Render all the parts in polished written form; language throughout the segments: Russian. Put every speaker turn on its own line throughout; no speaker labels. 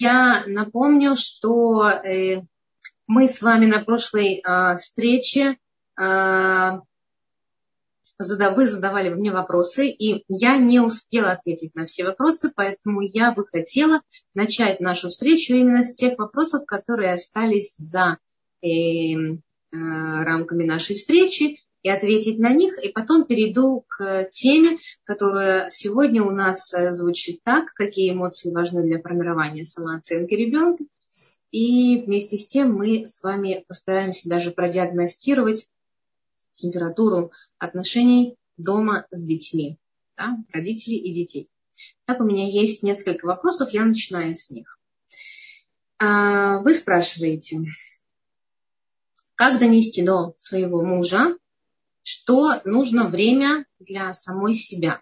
Я напомню, что мы с вами на прошлой встрече, вы задавали мне вопросы, и я не успела ответить на все вопросы, поэтому я бы хотела начать нашу встречу именно с тех вопросов, которые остались за рамками нашей встречи, и ответить на них, и потом перейду к теме, которая сегодня у нас звучит так: какие эмоции важны для формирования самооценки ребенка. И вместе с тем мы с вами постараемся даже продиагностировать температуру отношений дома с детьми, да, родителей и детей. Так, у меня есть несколько вопросов, я начинаю с них. Вы спрашиваете, как донести до своего мужа, что нужно время для самой себя?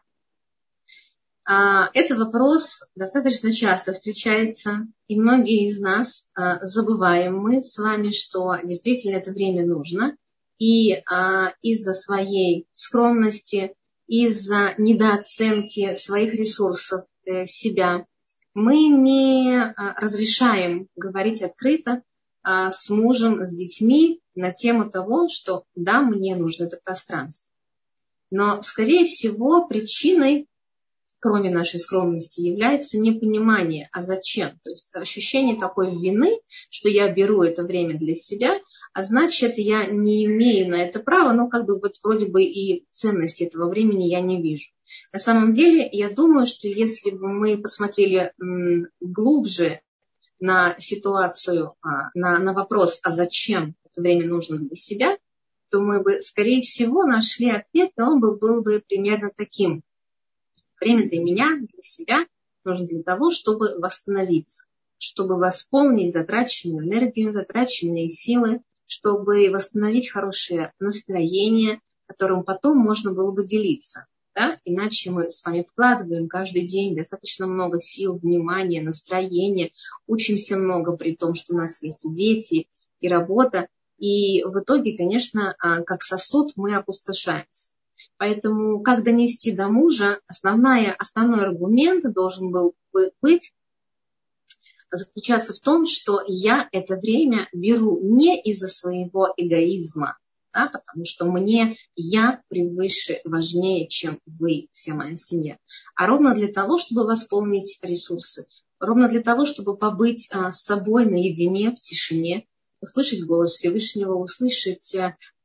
Этот вопрос достаточно часто встречается, и многие из нас забываем мы с вами, что действительно это время нужно, и из-за своей скромности, из-за недооценки своих ресурсов себя мы не разрешаем говорить открыто с мужем, с детьми на тему того, что да, мне нужно это пространство. Но, скорее всего, причиной, кроме нашей скромности, является непонимание, а зачем? То есть ощущение такой вины, что я беру это время для себя, а значит, я не имею на это права, но как бы вот вроде бы и ценности этого времени я не вижу. На самом деле, я думаю, что если бы мы посмотрели глубже на ситуацию, на вопрос, а зачем это время нужно для себя, то мы бы, скорее всего, нашли ответ, и он был бы примерно таким. Время для меня, для себя нужно для того, чтобы восстановиться, чтобы восполнить затраченную энергию, затраченные силы, чтобы восстановить хорошее настроение, которым потом можно было бы делиться. Да? Иначе мы с вами вкладываем каждый день достаточно много сил, внимания, настроения, учимся много, при том, что у нас есть и дети, и работа. И в итоге, конечно, как сосуд мы опустошаемся. Поэтому, как донести до мужа, основной аргумент должен был заключаться в том, что я это время беру не из-за своего эгоизма, да, потому что я превыше, важнее, чем вы, вся моя семья, а ровно для того, чтобы восполнить ресурсы, ровно для того, чтобы побыть с собой наедине, в тишине, услышать голос Всевышнего, услышать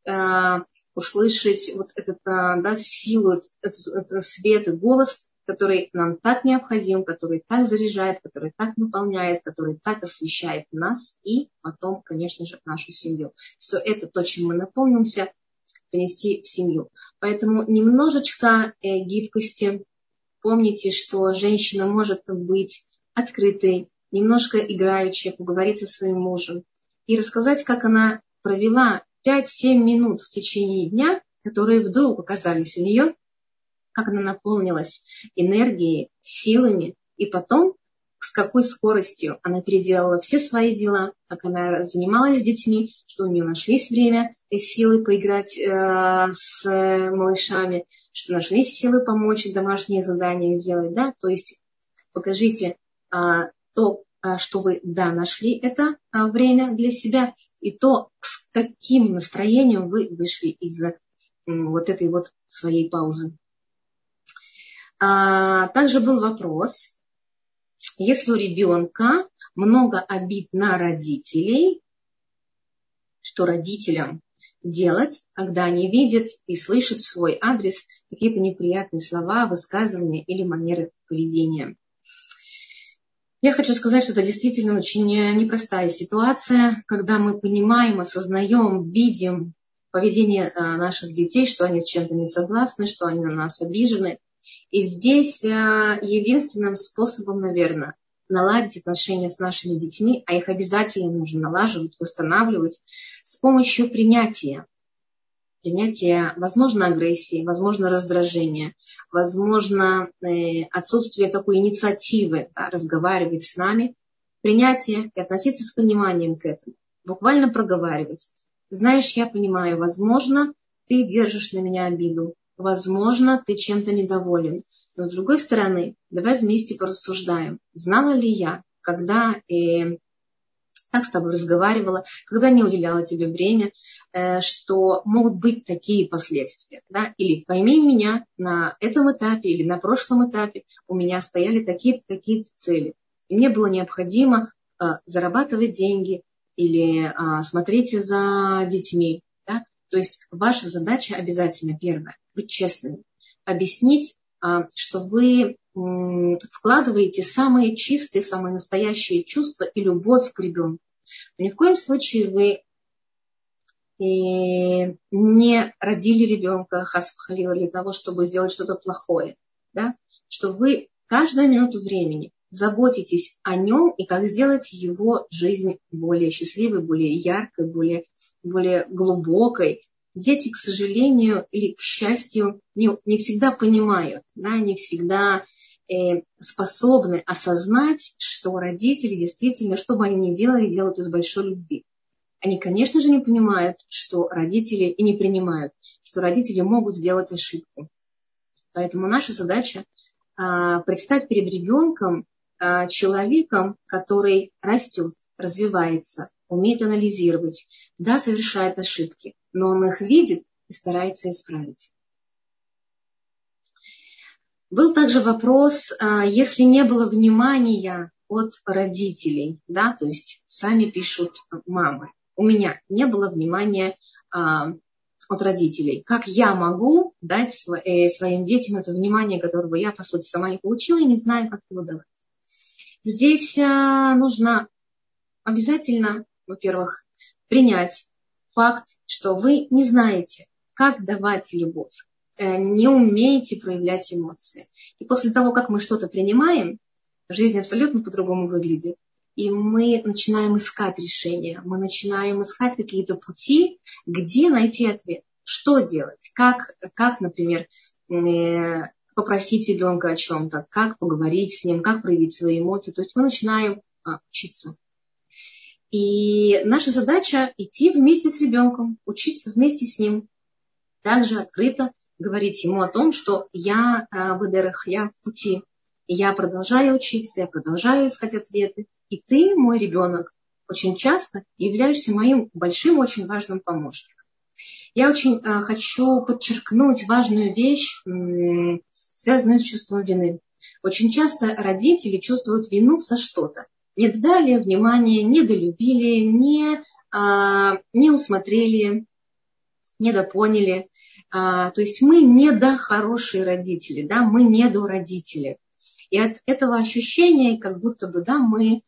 вот этот, да, силу, этот свет и голос, который нам так необходим, который так заряжает, который так наполняет, который так освещает нас и потом, конечно же, нашу семью. Все это то, чем мы наполнимся, принести в семью. Поэтому немножечко гибкости. Помните, что женщина может быть открытой, немножко играющей, поговорить со своим мужем и рассказать, как она провела 5-7 минут в течение дня, которые вдруг оказались у нее, как она наполнилась энергией, силами, и потом с какой скоростью она переделала все свои дела, как она занималась с детьми, что у нее нашлись время и силы поиграть с малышами, что нашлись силы помочь домашние задания сделать. Да? То есть покажите то, что вы, да, нашли это время для себя, и то, с каким настроением вы вышли из вот этой вот своей паузы. Также был вопрос, если у ребенка много обид на родителей, что родителям делать, когда они видят и слышат в свой адрес какие-то неприятные слова, высказывания или манеры поведения. Я хочу сказать, что это действительно очень непростая ситуация, когда мы понимаем, осознаем, видим поведение наших детей, что они с чем-то не согласны, что они на нас обижены. И здесь единственным способом, наверное, наладить отношения с нашими детьми, а их обязательно нужно налаживать, восстанавливать, с помощью принятия. Принятие, возможно, агрессии, возможно, раздражения, возможно, отсутствие такой инициативы, да, разговаривать с нами. Принятие и относиться с пониманием к этому. Буквально проговаривать. Знаешь, я понимаю, возможно, ты держишь на меня обиду. Возможно, ты чем-то недоволен. Но с другой стороны, давай вместе порассуждаем. Знала ли я, когда так с тобой разговаривала, когда не уделяла тебе время, что могут быть такие последствия. Да? Или пойми меня, на этом этапе или на прошлом этапе у меня стояли такие цели. И мне было необходимо зарабатывать деньги или смотреть за детьми. Да? То есть ваша задача обязательно, первое, быть честными, объяснить, что вы вкладываете самые чистые, самые настоящие чувства и любовь к ребенку. Но ни в коем случае вы не родили ребенка хас-вахалила для того, чтобы сделать что-то плохое. Да? Что вы каждую минуту времени заботитесь о нем и как сделать его жизнь более счастливой, более яркой, более глубокой. Дети, к сожалению или к счастью, не всегда понимают, да, не всегда способны осознать, что родители действительно, что бы они ни делали, делают из большой любви. Они, конечно же, не понимают, что родители, и не принимают, что родители могут сделать ошибку. Поэтому наша задача предстать перед ребенком человеком, который растет, развивается, умеет анализировать, да, совершает ошибки, но он их видит и старается исправить. Был также вопрос, если не было внимания от родителей, да, то есть сами пишут мамы. У меня не было внимания от родителей. Как я могу дать своим детям это внимание, которого я, по сути, сама не получила и не знаю, как его давать. Здесь нужно обязательно, во-первых, принять факт, что вы не знаете, как давать любовь, не умеете проявлять эмоции. И после того, как мы что-то принимаем, жизнь абсолютно по-другому выглядит. И мы начинаем искать решения, мы начинаем искать какие-то пути, где найти ответ, что делать, как например, попросить ребенка о чем-то, как поговорить с ним, как проявить свои эмоции. То есть мы начинаем учиться. И наша задача идти вместе с ребенком, учиться вместе с ним, также открыто говорить ему о том, что я в идерах, я в пути, я продолжаю учиться, я продолжаю искать ответы. И ты, мой ребенок, очень часто являешься моим большим, очень важным помощником. Я очень хочу подчеркнуть важную вещь, связанную с чувством вины. Очень часто родители чувствуют вину за что-то. Не дали внимания, не долюбили, не усмотрели, не допоняли. То есть мы недохорошие родители, да, мы недородители. И от этого ощущения, как будто бы, да, мы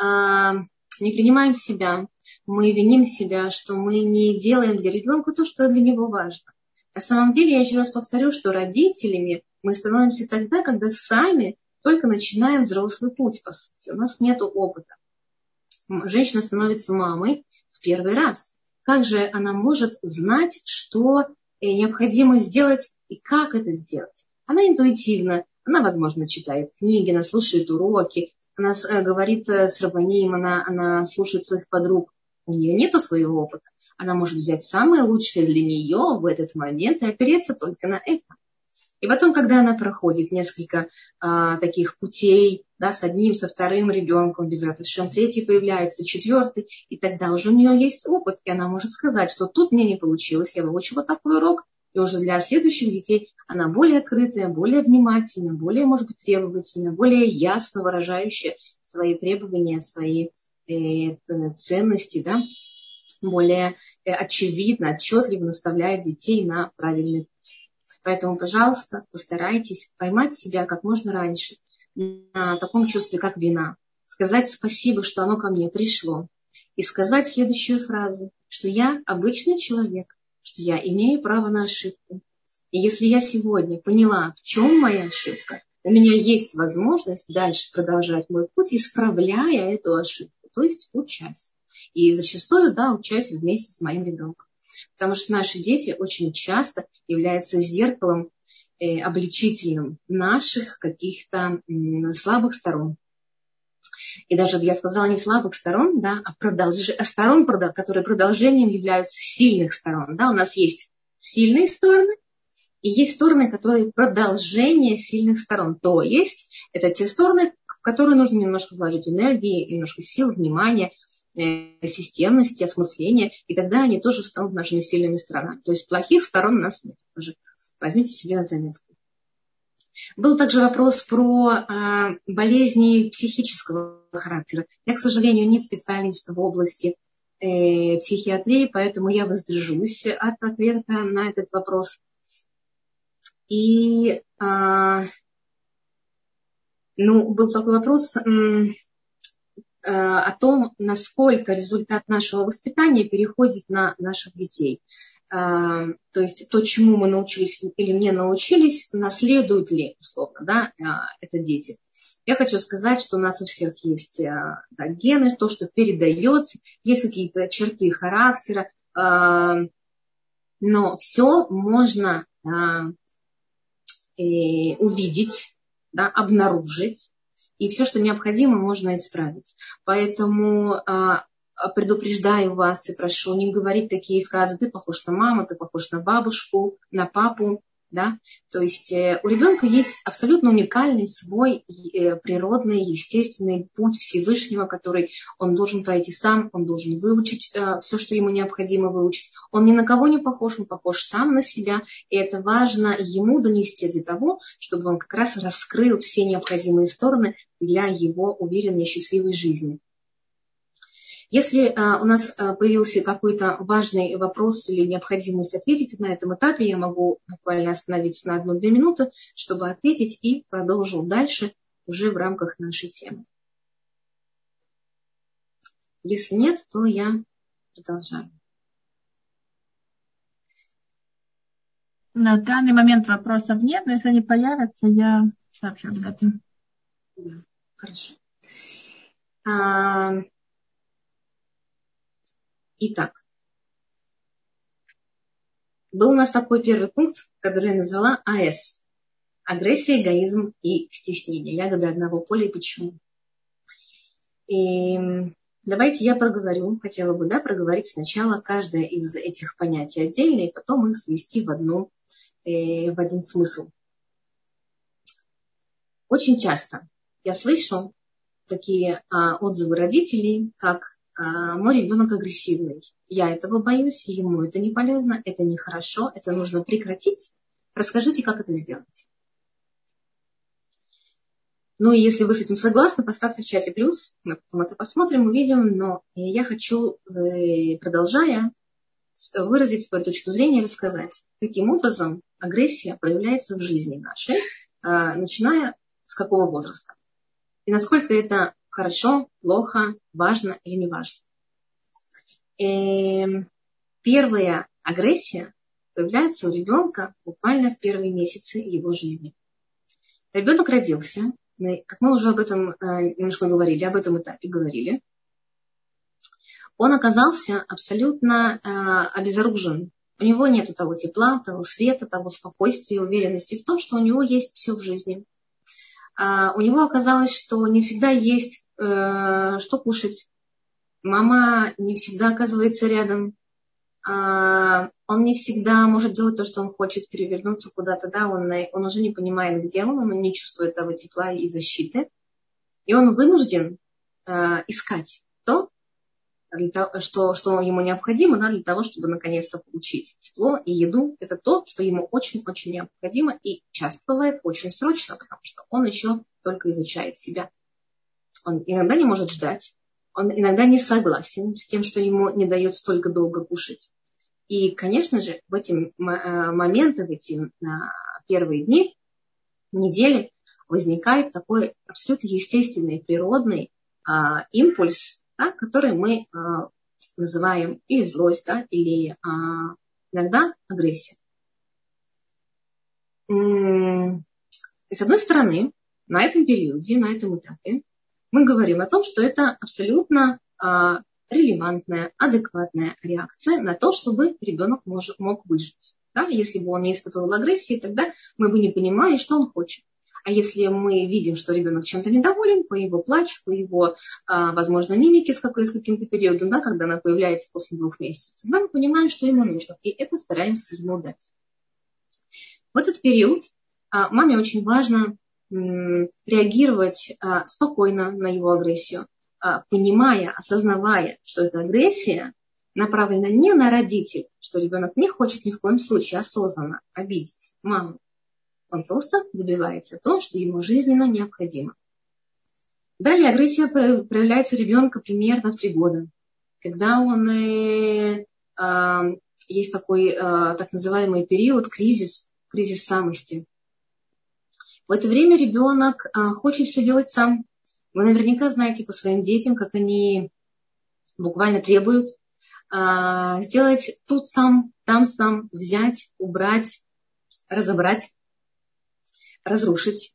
не принимаем себя, мы виним себя, что мы не делаем для ребенка то, что для него важно. На самом деле, я еще раз повторю, что родителями мы становимся тогда, когда сами только начинаем взрослый путь, по сути. У нас нет опыта. Женщина становится мамой в первый раз. Как же она может знать, что необходимо сделать и как это сделать? Она интуитивно, она, возможно, читает книги, она слушает уроки, она говорит с рабаним, она слушает своих подруг. У нее нет своего опыта. Она может взять самое лучшее для нее в этот момент и опереться только на это. И потом, когда она проходит несколько таких путей, да, с одним, со вторым ребенком, без раташем, третий появляется, четвертый, и тогда уже у нее есть опыт, и она может сказать, что тут мне не получилось, я выучила такой урок, и уже для следующих детей она более открытая, более внимательная, более, может быть, требовательная, более ясно выражающая свои требования, свои ценности, да, более очевидно, отчетливо наставляет детей на правильный путь. Поэтому, пожалуйста, постарайтесь поймать себя как можно раньше на таком чувстве, как вина. Сказать спасибо, что оно ко мне пришло. И сказать следующую фразу, что я обычный человек, что я имею право на ошибку. И если я сегодня поняла, в чем моя ошибка, у меня есть возможность дальше продолжать мой путь, исправляя эту ошибку, то есть учась. И зачастую, да, учась вместе с моим ребенком. Потому что наши дети очень часто являются зеркалом обличительным наших каких-то слабых сторон. И даже, я сказала, не слабых сторон, да, а сторон, которые продолжением являются сильных сторон. Да. У нас есть сильные стороны, и есть стороны, которые продолжение сильных сторон. То есть это те стороны, которую нужно немножко вложить энергии, немножко сил, внимания, системности, осмысления, и тогда они тоже станут нашими сильными сторонами. То есть плохих сторон у нас нет. Тоже возьмите себе на заметку. Был также вопрос про болезни психического характера. Я, к сожалению, не специалист в области психиатрии, поэтому я воздержусь от ответа на этот вопрос. И был такой вопрос о том, насколько результат нашего воспитания переходит на наших детей. То есть то, чему мы научились или не научились, наследуют ли, условно, это дети. Я хочу сказать, что у нас у всех есть гены, то, что передается, есть какие-то черты характера, но все можно увидеть, обнаружить, и все, что необходимо, можно исправить. Поэтому предупреждаю вас и прошу не говорить такие фразы: ты похож на маму, ты похож на бабушку, на папу. Да? То есть у ребенка есть абсолютно уникальный свой природный, естественный путь Всевышнего, который он должен пройти сам, он должен выучить все, что ему необходимо выучить. Он ни на кого не похож, он похож сам на себя, и это важно ему донести для того, чтобы он как раз раскрыл все необходимые стороны для его уверенной и счастливой жизни. Если у нас появился какой-то важный вопрос или необходимость ответить на этом этапе, я могу буквально остановиться на 1-2 минуты, чтобы ответить, и продолжу дальше уже в рамках нашей темы. Если нет, то я продолжаю.
На данный момент вопросов нет, но если они появятся, я сообщу обязательно.
Да, хорошо. Итак, был у нас такой первый пункт, который я назвала АС. Агрессия, эгоизм и стеснение. Ягоды одного поля и почему. И давайте я проговорю, хотела бы проговорить сначала каждое из этих понятий отдельно, и потом их свести в один смысл. Очень часто я слышу такие отзывы родителей, как мой ребенок агрессивный. Я этого боюсь, ему это не полезно, это нехорошо, это нужно прекратить. Расскажите, как это сделать. Ну и если вы с этим согласны, поставьте в чате плюс, мы потом это посмотрим, увидим. Но я хочу, продолжая, выразить свою точку зрения и рассказать, каким образом агрессия проявляется в жизни нашей, начиная с какого возраста. И насколько это хорошо, плохо, важно или не важно. Первая агрессия появляется у ребенка буквально в первые месяцы его жизни. Ребенок родился, как мы уже об этом немножко говорили, об этом этапе говорили. Он оказался абсолютно обезоружен. У него нет того тепла, того света, того спокойствия, уверенности в том, что у него есть все в жизни. У него оказалось, что не всегда есть что кушать. Мама не всегда оказывается рядом. Он не всегда может делать то, что он хочет, перевернуться куда-то. Он уже не понимает, где он не чувствует того тепла и защиты. И он вынужден искать то, что ему необходимо, для того, чтобы наконец-то получить тепло и еду. Это то, что ему очень-очень необходимо, и часто бывает очень срочно, потому что он еще только изучает себя. Он иногда не может ждать, он иногда не согласен с тем, что ему не дает столько долго кушать. И, конечно же, в эти моменты, в эти первые дни, недели возникает такой абсолютно естественный, природный импульс, который мы называем или злость, или иногда агрессия. И с одной стороны, на этом периоде, на этом этапе мы говорим о том, что это абсолютно релевантная, адекватная реакция на то, чтобы ребенок мог выжить. Если бы он не испытывал агрессии, тогда мы бы не понимали, что он хочет. А если мы видим, что ребенок чем-то недоволен, по его плачу, по его, возможно, мимике с каким-то периодом, когда она появляется после 2 месяцев, тогда мы понимаем, что ему нужно. И это стараемся ему дать. В этот период маме очень важно реагировать спокойно на его агрессию, понимая, осознавая, что эта агрессия направлена не на родителей, что ребенок не хочет ни в коем случае осознанно обидеть маму. Он просто добивается того, что ему жизненно необходимо. Далее агрессия проявляется у ребенка примерно в 3 года, когда он есть такой так называемый период, кризис самости. В это время ребенок хочет все делать сам. Вы наверняка знаете по своим детям, как они буквально требуют сделать тут сам, там сам, взять, убрать, разобрать, разрушить,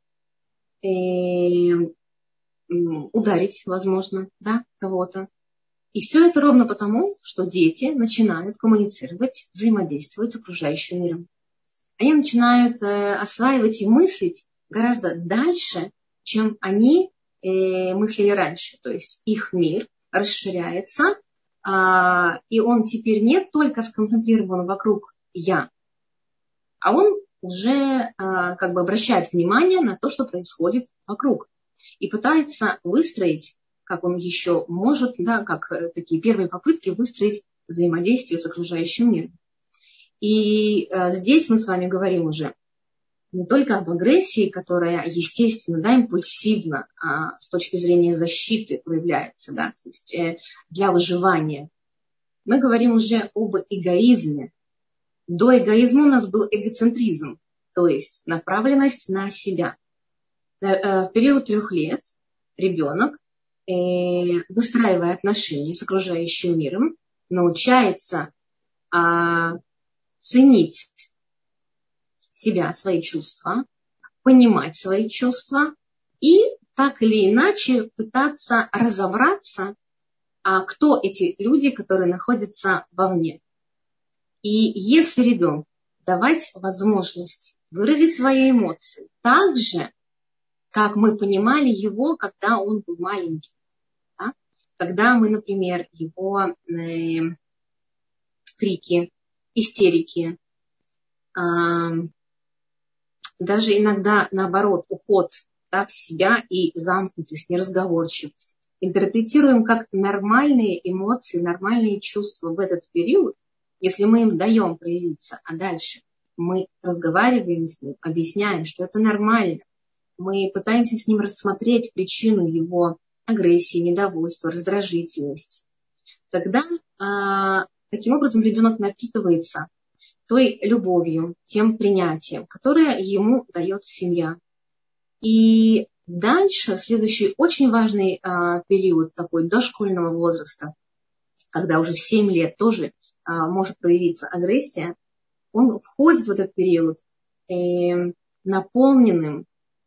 ударить, возможно, да, кого-то. И все это ровно потому, что дети начинают коммуницировать, взаимодействовать с окружающим миром. Они начинают осваивать и мыслить гораздо дальше, чем они мыслили раньше. То есть их мир расширяется, и он теперь не только сконцентрирован вокруг «я», а он уже как бы обращает внимание на то, что происходит вокруг. И пытается выстроить, как он еще может, да, как такие первые попытки выстроить взаимодействие с окружающим миром. И здесь мы с вами говорим уже не только об агрессии, которая, естественно, да, импульсивно с точки зрения защиты проявляется, да, то есть для выживания. Мы говорим уже об эгоизме. До эгоизма у нас был эгоцентризм, то есть направленность на себя. В период 3 лет ребенок, выстраивая отношения с окружающим миром, научается ценить себя, свои чувства, понимать свои чувства и так или иначе пытаться разобраться, кто эти люди, которые находятся вовне. И если ребенку давать возможность выразить свои эмоции так же, как мы понимали его, когда он был маленький. Да? Когда мы, например, его крики, истерики, даже иногда, наоборот, уход, да, в себя и замкнутость, неразговорчивость, интерпретируем как нормальные эмоции, нормальные чувства в этот период, если мы им даем проявиться, а дальше мы разговариваем с ним, объясняем, что это нормально, мы пытаемся с ним рассмотреть причину его агрессии, недовольства, раздражительности. Тогда таким образом ребенок напитывается той любовью, тем принятием, которое ему дает семья. И дальше, следующий очень важный период такой дошкольного возраста, когда уже в 7 лет тоже может проявиться агрессия, он входит в этот период наполненным,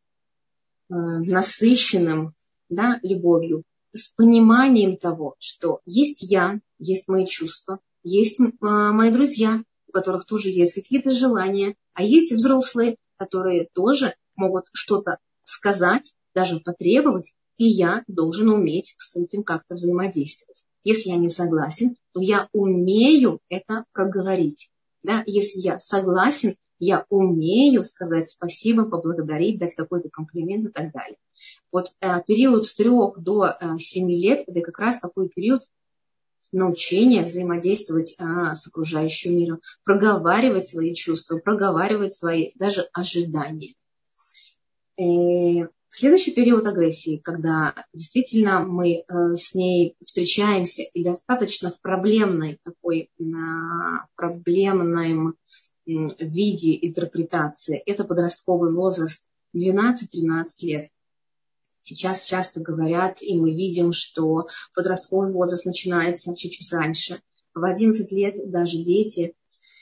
насыщенным, да, любовью, с пониманием того, что есть я, есть мои чувства, есть мои друзья, у которых тоже есть какие-то желания, а есть взрослые, которые тоже могут что-то сказать, даже потребовать, и я должен уметь с этим как-то взаимодействовать. Если я не согласен, то я умею это проговорить. Да? Если я согласен, я умею сказать спасибо, поблагодарить, дать какой-то комплимент и так далее. Вот период с 3 до 7 лет – это как раз такой период научения взаимодействовать с окружающим миром, проговаривать свои чувства, проговаривать свои даже ожидания. Следующий период агрессии, когда действительно мы с ней встречаемся и достаточно в проблемном виде интерпретации, это подростковый возраст 12-13 лет. Сейчас часто говорят, и мы видим, что подростковый возраст начинается чуть-чуть раньше. В 11 лет даже дети,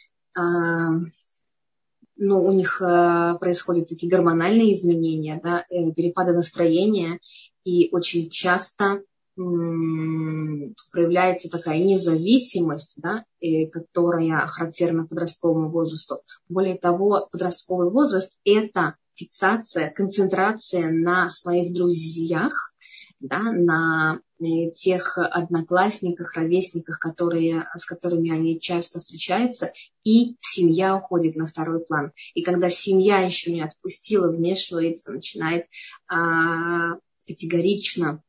у них происходят такие гормональные изменения, да, перепады настроения, и очень часто проявляется такая независимость, да, которая характерна подростковому возрасту. Более того, подростковый возраст – это фиксация, концентрация на своих друзьях да, на тех одноклассниках, ровесниках, с которыми они часто встречаются, и семья уходит на второй план. И когда семья еще не отпустила, вмешивается, начинает категорично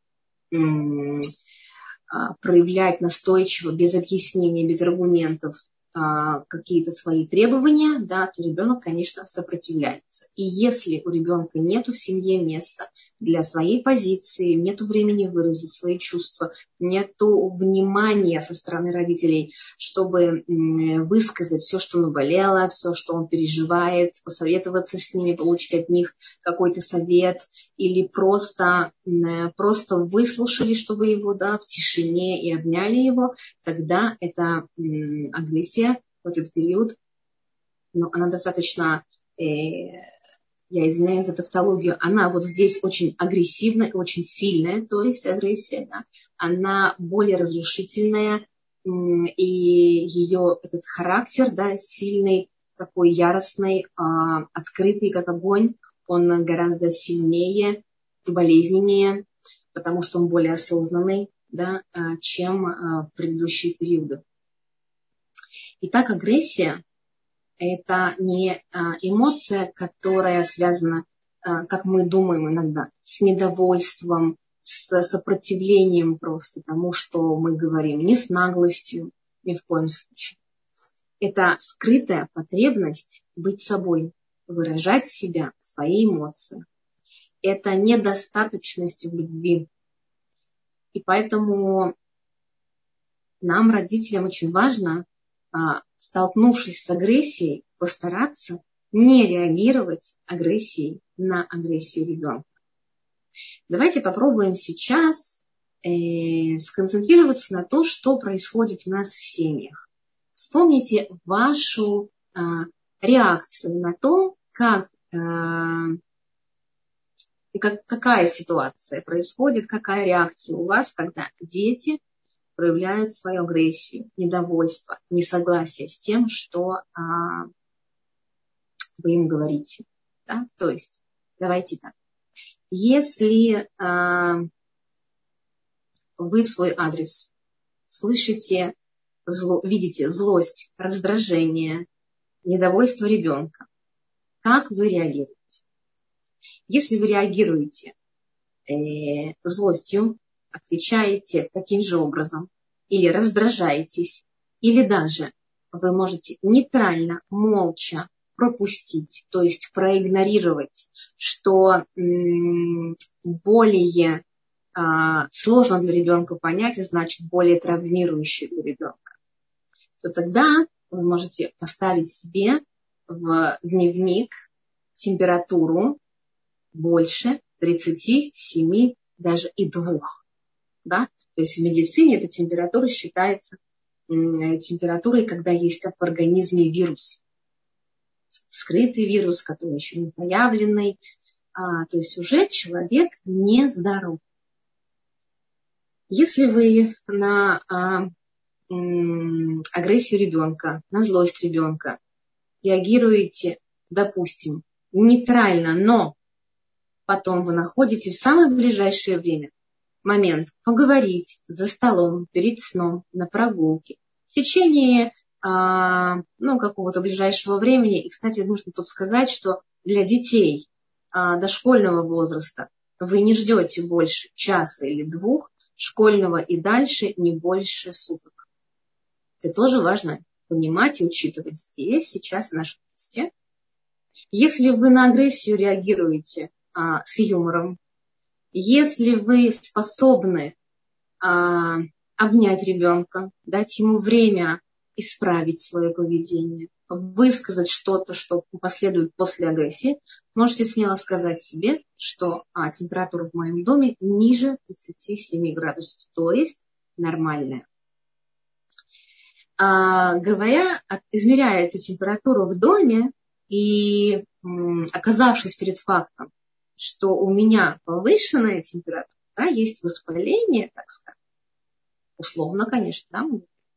проявлять настойчиво, без объяснений, без аргументов какие-то свои требования, да, то ребенок, конечно, сопротивляется. И если у ребенка нет в семье места для своей позиции, нет времени выразить свои чувства, нет внимания со стороны родителей, чтобы высказать все, что наболело, все, что он переживает, посоветоваться с ними, получить от них какой-то совет, или просто выслушали, чтобы его, да, в тишине и обняли его, тогда эта агрессия в этот период, но она достаточно, я извиняюсь за тавтологию, она вот здесь очень агрессивная, очень сильная, то есть агрессия, да, она более разрушительная, и ее этот характер, да, сильный, такой яростный, открытый, как огонь, он гораздо сильнее, болезненнее, потому что он более осознанный, да, чем предыдущие периоды. Итак, агрессия – это не эмоция, которая связана, как мы думаем иногда, с недовольством, с сопротивлением просто тому, что мы говорим, не с наглостью, ни в коем случае. Это скрытая потребность быть собой, выражать себя, свои эмоции. Это недостаточность в любви. И поэтому нам, родителям, очень важно, столкнувшись с агрессией, постараться не реагировать агрессией на агрессию ребенка. Давайте попробуем сейчас сконцентрироваться на том, что происходит у нас в семьях. Вспомните вашу реакцию на то, какая ситуация происходит, какая реакция у вас, когда дети проявляют свою агрессию, недовольство, несогласие с тем, что вы им говорите. Да? То есть, давайте так. Если вы в свой адрес слышите, видите злость, раздражение, недовольство ребенка, как вы реагируете? Если вы реагируете злостью, отвечаете таким же образом, или раздражаетесь, или даже вы можете нейтрально, молча пропустить, то есть проигнорировать, что более сложно для ребенка понять, и значит более травмирующее для ребенка, то тогда вы можете поставить себе в дневник температуру больше 37, даже и 2. Да? То есть в медицине эта температура считается температурой, когда есть в организме вирус. Скрытый вирус, который еще не проявленный. То есть уже человек нездоров. Если вы на агрессию ребенка, на злость ребенка реагируете, допустим, нейтрально, но потом вы находите в самое ближайшее время момент поговорить за столом, перед сном, на прогулке, в течение какого-то ближайшего времени. И, кстати, нужно тут сказать, что для детей дошкольного возраста вы не ждете больше часа или 2, школьного и дальше не больше суток. Это тоже важно понимать и учитывать здесь, сейчас, в нашем месте. Если вы на агрессию реагируете с юмором, если вы способны обнять ребенка, дать ему время исправить свое поведение, высказать что-то, что последует после агрессии, можете смело сказать себе, что температура в моем доме ниже 37 градусов, то есть нормальная. Измеряя эту температуру в доме и оказавшись перед фактом, что у меня повышенная температура, да, есть воспаление, так сказать, условно, конечно,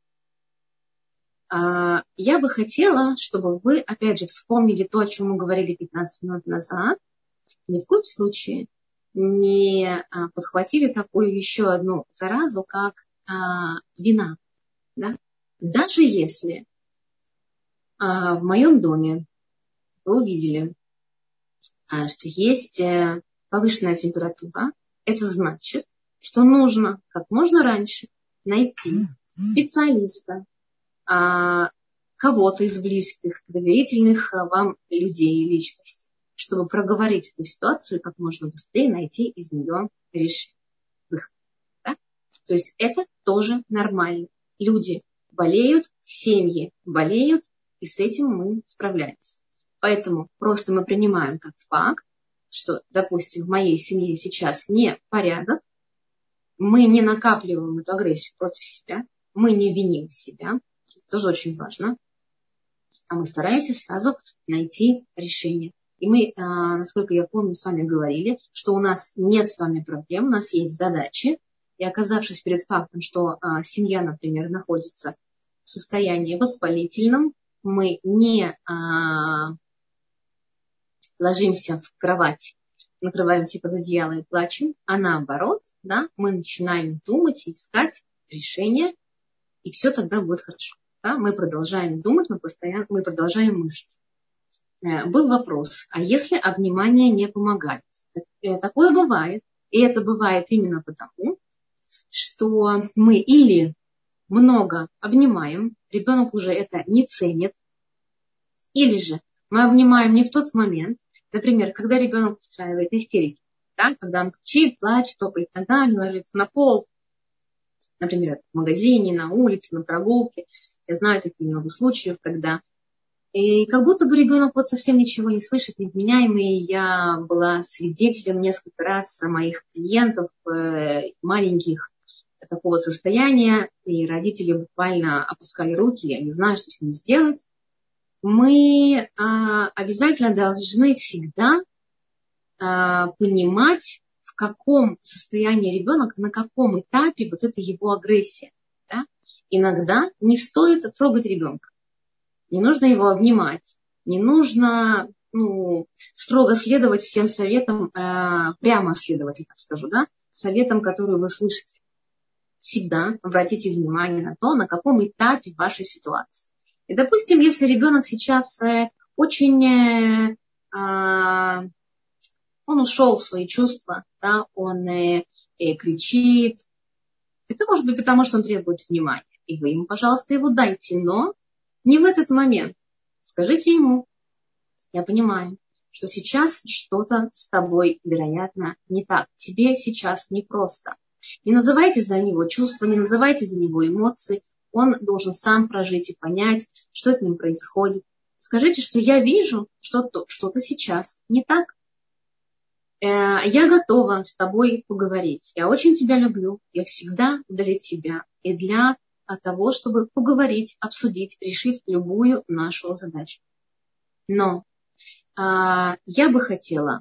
да, я бы хотела, чтобы вы, опять же, вспомнили то, о чем мы говорили 15 минут назад. Ни в коем случае не подхватили такую еще одну заразу, как вина. Да? Даже если в моем доме вы увидели, что есть повышенная температура, это значит, что нужно как можно раньше найти специалиста, кого-то из близких, доверительных вам людей и личностей, чтобы проговорить эту ситуацию и как можно быстрее найти из нее решение. Выход. Да? То есть это тоже нормально. Люди болеют, семьи болеют, и с этим мы справляемся. Поэтому просто мы принимаем как факт, что, допустим, в моей семье сейчас не порядок, мы не накапливаем эту агрессию против себя, мы не виним себя, это тоже очень важно, а мы стараемся сразу найти решение. И мы, насколько я помню, с вами говорили, что у нас нет с вами проблем, у нас есть задачи, и оказавшись перед фактом, что семья, например, находится в состоянии воспалительном, мы не ложимся в кровать, накрываемся под одеяло и плачем, а наоборот, да, мы начинаем думать и искать решение, и все тогда будет хорошо. Да? Мы продолжаем думать, мы продолжаем мыслить. Был вопрос, а если обнимания не помогают? Такое бывает, и это бывает именно потому, что мы или много обнимаем, ребенок уже это не ценит, или же мы обнимаем не в тот момент, например, когда ребенок устраивает истерики, да, когда он кричит, плачет, топает ногами, ложится на пол, например, в магазине, на улице, на прогулке. Я знаю такие много случаев, когда и как будто бы ребенок вот совсем ничего не слышит, невменяемый. Я была свидетелем несколько раз моих клиентов маленьких такого состояния, и родители буквально опускали руки, я не знаю, что с ним сделать. Мы обязательно должны всегда понимать, в каком состоянии ребенок, на каком этапе вот эта его агрессия. Да? Иногда не стоит трогать ребенка. Не нужно его обнимать, не нужно строго следовать всем советам, прямо следовать, я так скажу, да, советам, которые вы слышите. Всегда обратите внимание на то, на каком этапе вашей ситуации. И, допустим, если ребенок сейчас очень, он ушел в свои чувства, да, он кричит, это может быть потому, что он требует внимания. И вы ему, пожалуйста, его дайте, но не в этот момент. Скажите ему, я понимаю, что сейчас что-то с тобой, вероятно, не так. Тебе сейчас непросто. Не называйте за него чувства, не называйте за него эмоции. Он должен сам прожить и понять, что с ним происходит. Скажите, что я вижу, что что-то сейчас не так. Я готова с тобой поговорить. Я очень тебя люблю. Я всегда для тебя и для того, чтобы поговорить, обсудить, решить любую нашу задачу. Но я бы хотела,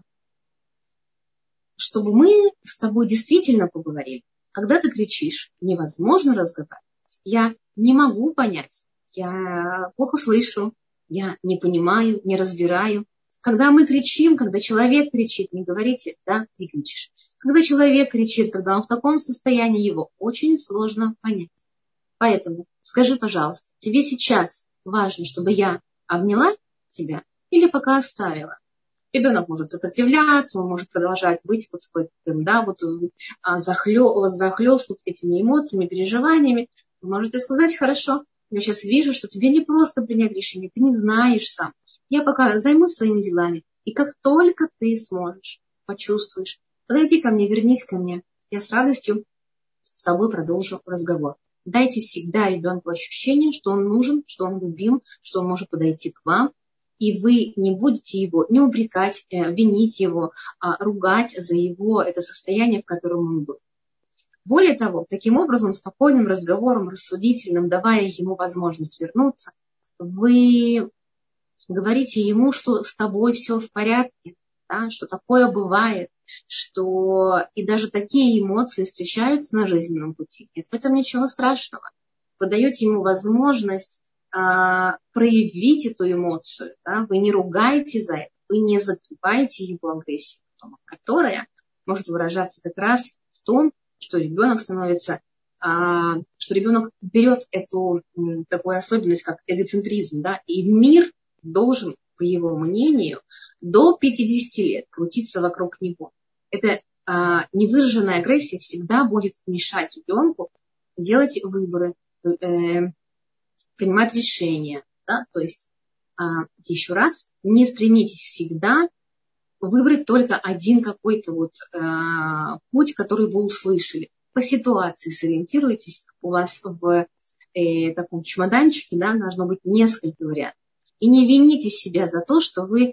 чтобы мы с тобой действительно поговорили. Когда ты кричишь, невозможно разговаривать. Я не могу понять, я плохо слышу, я не понимаю, не разбираю. Когда мы кричим, когда человек кричит, не говорите, да, ты кричишь. Когда человек кричит, когда он в таком состоянии, его очень сложно понять. Поэтому скажи, пожалуйста, тебе сейчас важно, чтобы я обняла тебя или пока оставила? Ребенок может сопротивляться, он может продолжать быть захлёстнут этими эмоциями, переживаниями. Вы можете сказать, хорошо, я сейчас вижу, что тебе не просто принять решение, ты не знаешь сам. Я пока займусь своими делами, и как только ты сможешь, почувствуешь, подойди ко мне, вернись ко мне, я с радостью с тобой продолжу разговор. Дайте всегда ребенку ощущение, что он нужен, что он любим, что он может подойти к вам, и вы не будете его не упрекать, винить его, ругать за его это состояние, в котором он был. Более того, таким образом, спокойным разговором, рассудительным, давая ему возможность вернуться, вы говорите ему, что с тобой все в порядке, да, что такое бывает, что и даже такие эмоции встречаются на жизненном пути. Нет в этом ничего страшного. Вы даете ему возможность проявить эту эмоцию. Да? Вы не ругаете за это, вы не закрываете его агрессию, которая может выражаться как раз в том, что ребенок становится, что ребенок берет эту такую особенность, как эгоцентризм, да, и мир должен, по его мнению, до 50 лет крутиться вокруг него. Эта невыраженная агрессия всегда будет мешать ребенку делать выборы, принимать решения. Да? То есть, еще раз, не стремитесь всегда выбрать только один какой-то путь, который вы услышали. По ситуации сориентируйтесь. У вас в таком чемоданчике, да, должно быть несколько вариантов. И не вините себя за то, что вы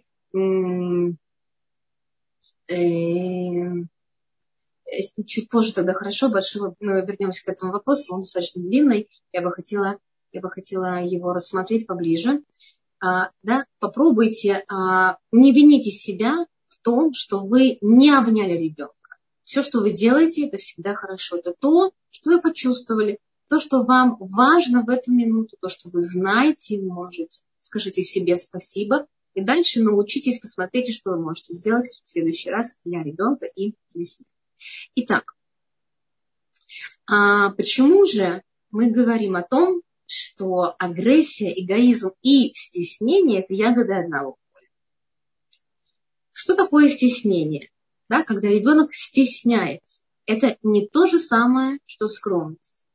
чуть позже тогда хорошо, большой, мы вернемся к этому вопросу, он достаточно длинный, я бы хотела его рассмотреть поближе. Да, попробуйте, не вините себя в том, что вы не обняли ребенка. Все, что вы делаете, это всегда хорошо. Это то, что вы почувствовали, то, что вам важно в эту минуту, то, что вы знаете и можете. Скажите себе спасибо. И дальше научитесь, посмотрите, что вы можете сделать в следующий раз для ребенка и для себя. Итак, почему же мы говорим о том, что агрессия, эгоизм и стеснение – это ягоды одного поля? Что такое стеснение? Да, когда ребенок стесняется, это не то же самое, что скромность.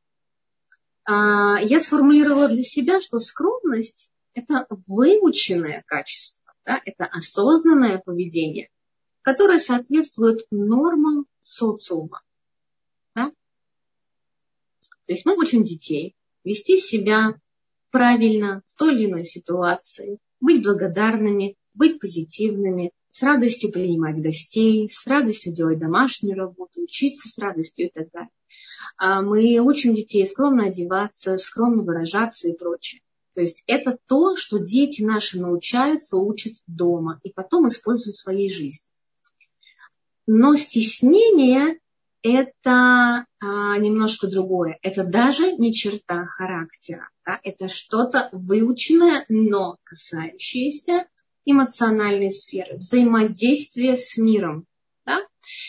Я сформулировала для себя, что скромность – это выученное качество, да, это осознанное поведение, которое соответствует нормам социума. Да? То есть мы учим детей вести себя правильно в той или иной ситуации, быть благодарными, быть позитивными, с радостью принимать гостей, с радостью делать домашнюю работу, учиться с радостью и так далее. Мы учим детей скромно одеваться, скромно выражаться и прочее. То есть это то, что дети наши научаются, учат дома и потом используют в своей жизни. Но стеснение – это немножко другое. Это даже не черта характера. Да? Это что-то выученное, но касающееся эмоциональной сферы, взаимодействия с миром. Да?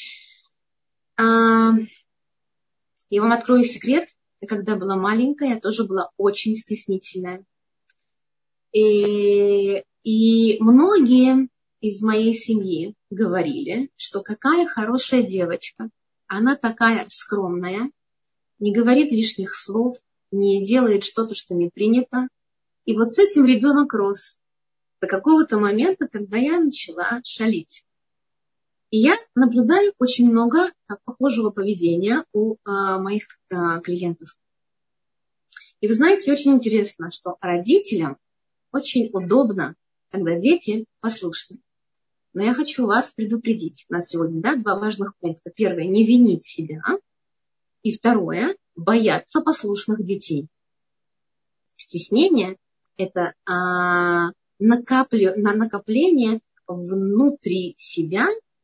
Я вам открою секрет. Когда была маленькая, я тоже была очень стеснительная. И многие из моей семьи говорили, что какая хорошая девочка, она такая скромная, не говорит лишних слов, не делает что-то, что не принято. И вот с этим ребенок рос до какого-то момента, когда я начала шалить. И я наблюдаю очень много похожего поведения у моих клиентов. И вы знаете, очень интересно, что родителям очень удобно, когда дети послушны. Но я хочу вас предупредить. У нас сегодня два важных пункта. Первое – не винить себя. И второе – бояться послушных детей. Стеснение – это накопление внутри себя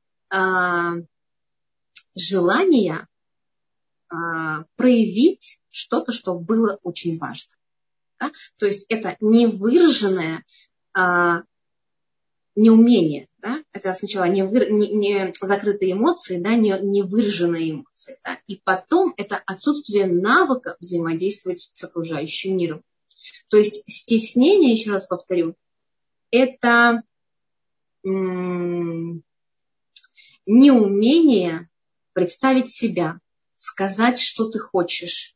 желания проявить что-то, что было очень важно. Да? То есть это невыраженное неумение. Да? Это сначала не закрытые эмоции, да? не выраженные эмоции. Да? И потом это отсутствие навыка взаимодействовать с окружающим миром. То есть стеснение, еще раз повторю, это неумение представить себя, сказать, что ты хочешь,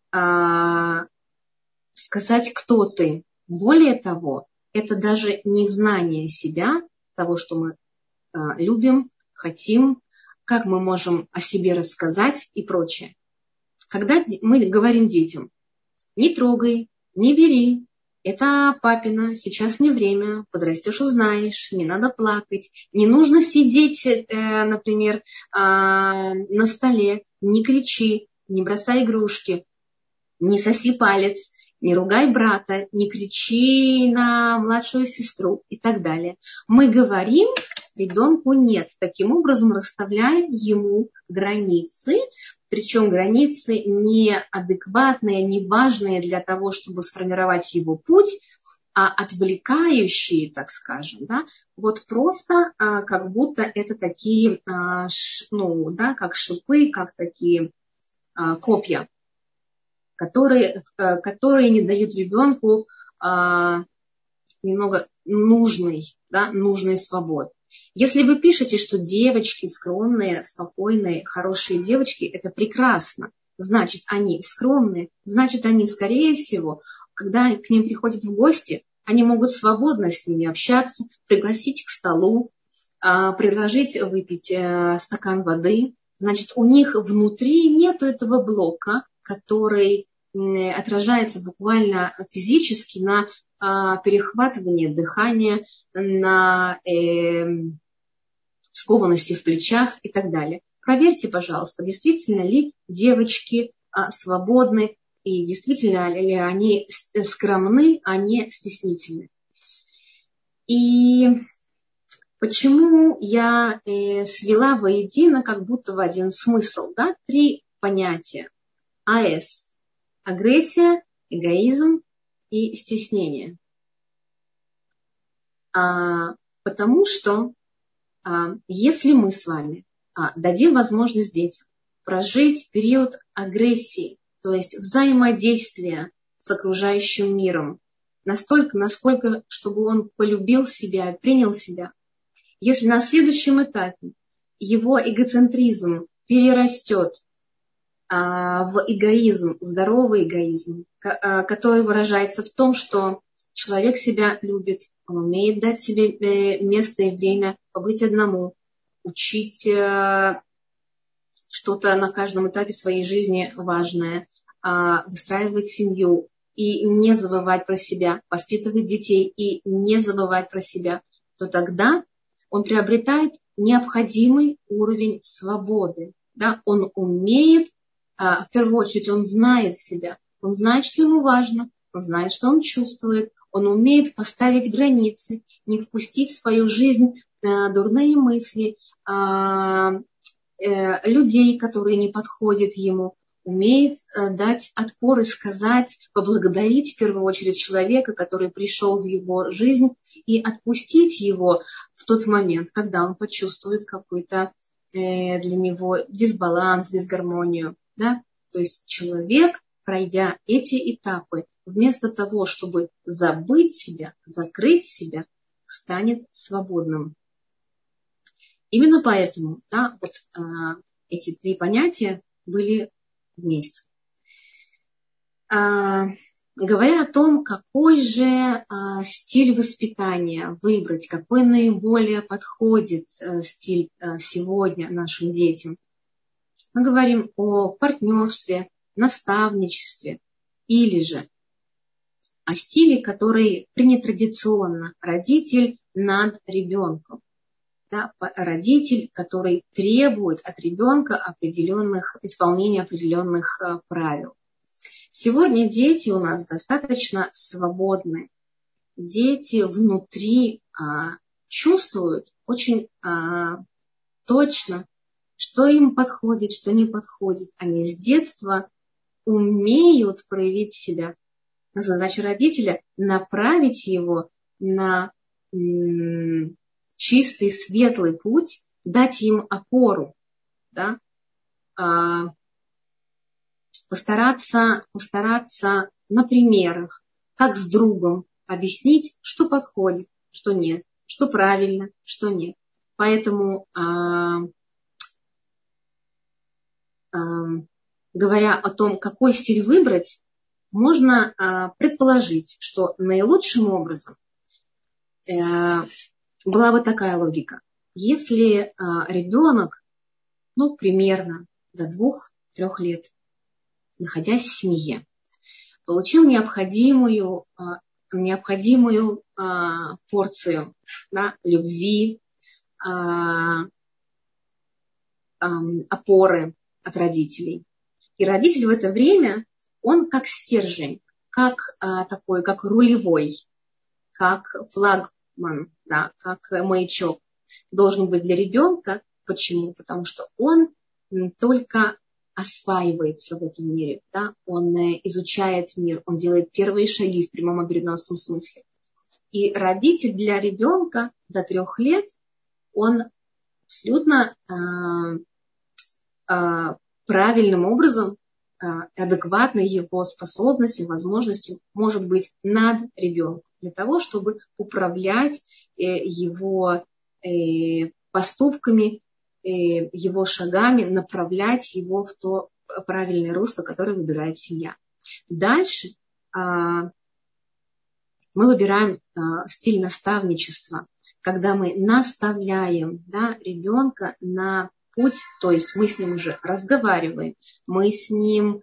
сказать, кто ты. Более того, это даже незнание себя, того, что мы любим, хотим, как мы можем о себе рассказать и прочее. Когда мы говорим детям, не трогай, не бери, это папина, сейчас не время, подрастешь, узнаешь, не надо плакать, не нужно сидеть, например, на столе, не кричи, не бросай игрушки, не соси палец, не ругай брата, не кричи на младшую сестру и так далее. Мы говорим ребенку нет, таким образом расставляем ему границы, причем границы неадекватные, неважные для того, чтобы сформировать его путь, отвлекающие, так скажем, да, вот просто как будто это такие, как шипы, как такие копья, которые не дают ребенку немного нужной свободы. Если вы пишете, что девочки скромные, спокойные, хорошие девочки, это прекрасно. Значит, они скромные, значит, они, скорее всего, когда к ним приходят в гости, они могут свободно с ними общаться, пригласить к столу, предложить выпить стакан воды. Значит, у них внутри нет этого блока, который отражается буквально физически на перехватывание дыхания, на скованности в плечах и так далее. Проверьте, пожалуйста, действительно ли девочки свободны и действительно ли они скромны, а не стеснительны. И почему я свела воедино как будто в один смысл, да? 3 понятия. АС. Агрессия, эгоизм и стеснение. Потому что если мы с вами дадим возможность детям прожить период агрессии, то есть взаимодействия с окружающим миром, настолько, насколько, чтобы он полюбил себя, принял себя, если на следующем этапе его эгоцентризм перерастет в эгоизм, здоровый эгоизм, который выражается в том, что человек себя любит, он умеет дать себе место и время, побыть одному, учить что-то на каждом этапе своей жизни важное, выстраивать семью и не забывать про себя, воспитывать детей и не забывать про себя, то тогда он приобретает необходимый уровень свободы. Да? Он умеет, в первую очередь, он знает себя, он знает, что ему важно, он знает, что он чувствует, он умеет поставить границы, не впустить в свою жизнь дурные мысли, людей, которые не подходят ему, умеет дать отпор и сказать, поблагодарить в первую очередь человека, который пришел в его жизнь, и отпустить его в тот момент, когда он почувствует какой-то для него дисбаланс, дисгармонию. Да? То есть человек, пройдя эти этапы, вместо того, чтобы забыть себя, закрыть себя, станет свободным. Именно поэтому эти 3 понятия были вместе. Говоря о том, какой же стиль воспитания выбрать, какой наиболее подходит стиль сегодня нашим детям, мы говорим о партнерстве, наставничестве или же о стиле, который принят традиционно, родитель над ребенком. Да, родитель, который требует от ребенка исполнения определенных правил. Сегодня дети у нас достаточно свободны. Дети внутри чувствуют очень точно, что им подходит, что не подходит. Они с детства умеют проявить себя. Задача родителя – направить его на чистый, светлый путь, дать им опору, да? Постараться на примерах, как с другом, объяснить, что подходит, что нет, что правильно, что нет. Поэтому, говоря о том, какой стиль выбрать, можно предположить, что наилучшим образом была бы такая логика. Если ребенок, примерно до 2-3 лет, находясь в семье, получил необходимую порцию, да, любви, опоры от родителей. И родитель в это время, он как стержень, как рулевой, как флагман, да, как маячок должен быть для ребенка. Почему? Потому что он только осваивается в этом мире, да? Он изучает мир, он делает первые шаги в прямом и переносном смысле. И родитель для ребенка до 3 лет, он абсолютно правильным образом, адекватной его способностью, возможностью может быть над ребенком для того, чтобы управлять его поступками, его шагами, направлять его в то правильное русло, которое выбирает семья. Дальше мы выбираем стиль наставничества, когда мы наставляем ребенка на путь, то есть мы с ним уже разговариваем, мы с ним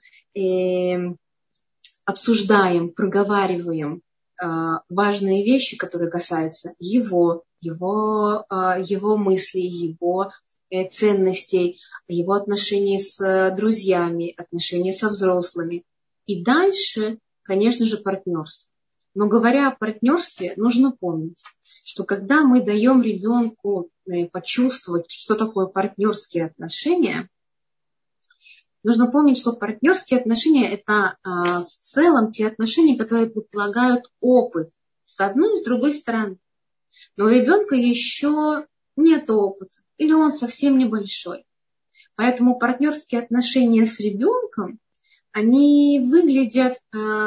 обсуждаем, проговариваем важные вещи, которые касаются его мыслей, его ценностей, его отношений с друзьями, отношений со взрослыми. И дальше, конечно же, партнерство. Но говоря о партнерстве, нужно помнить, что когда мы даем ребенку почувствовать, что такое партнерские отношения, нужно помнить, что партнерские отношения – это в целом те отношения, которые предполагают опыт с одной и с другой стороны. Но у ребенка еще нет опыта, или он совсем небольшой. Поэтому партнерские отношения с ребенком, они выглядят,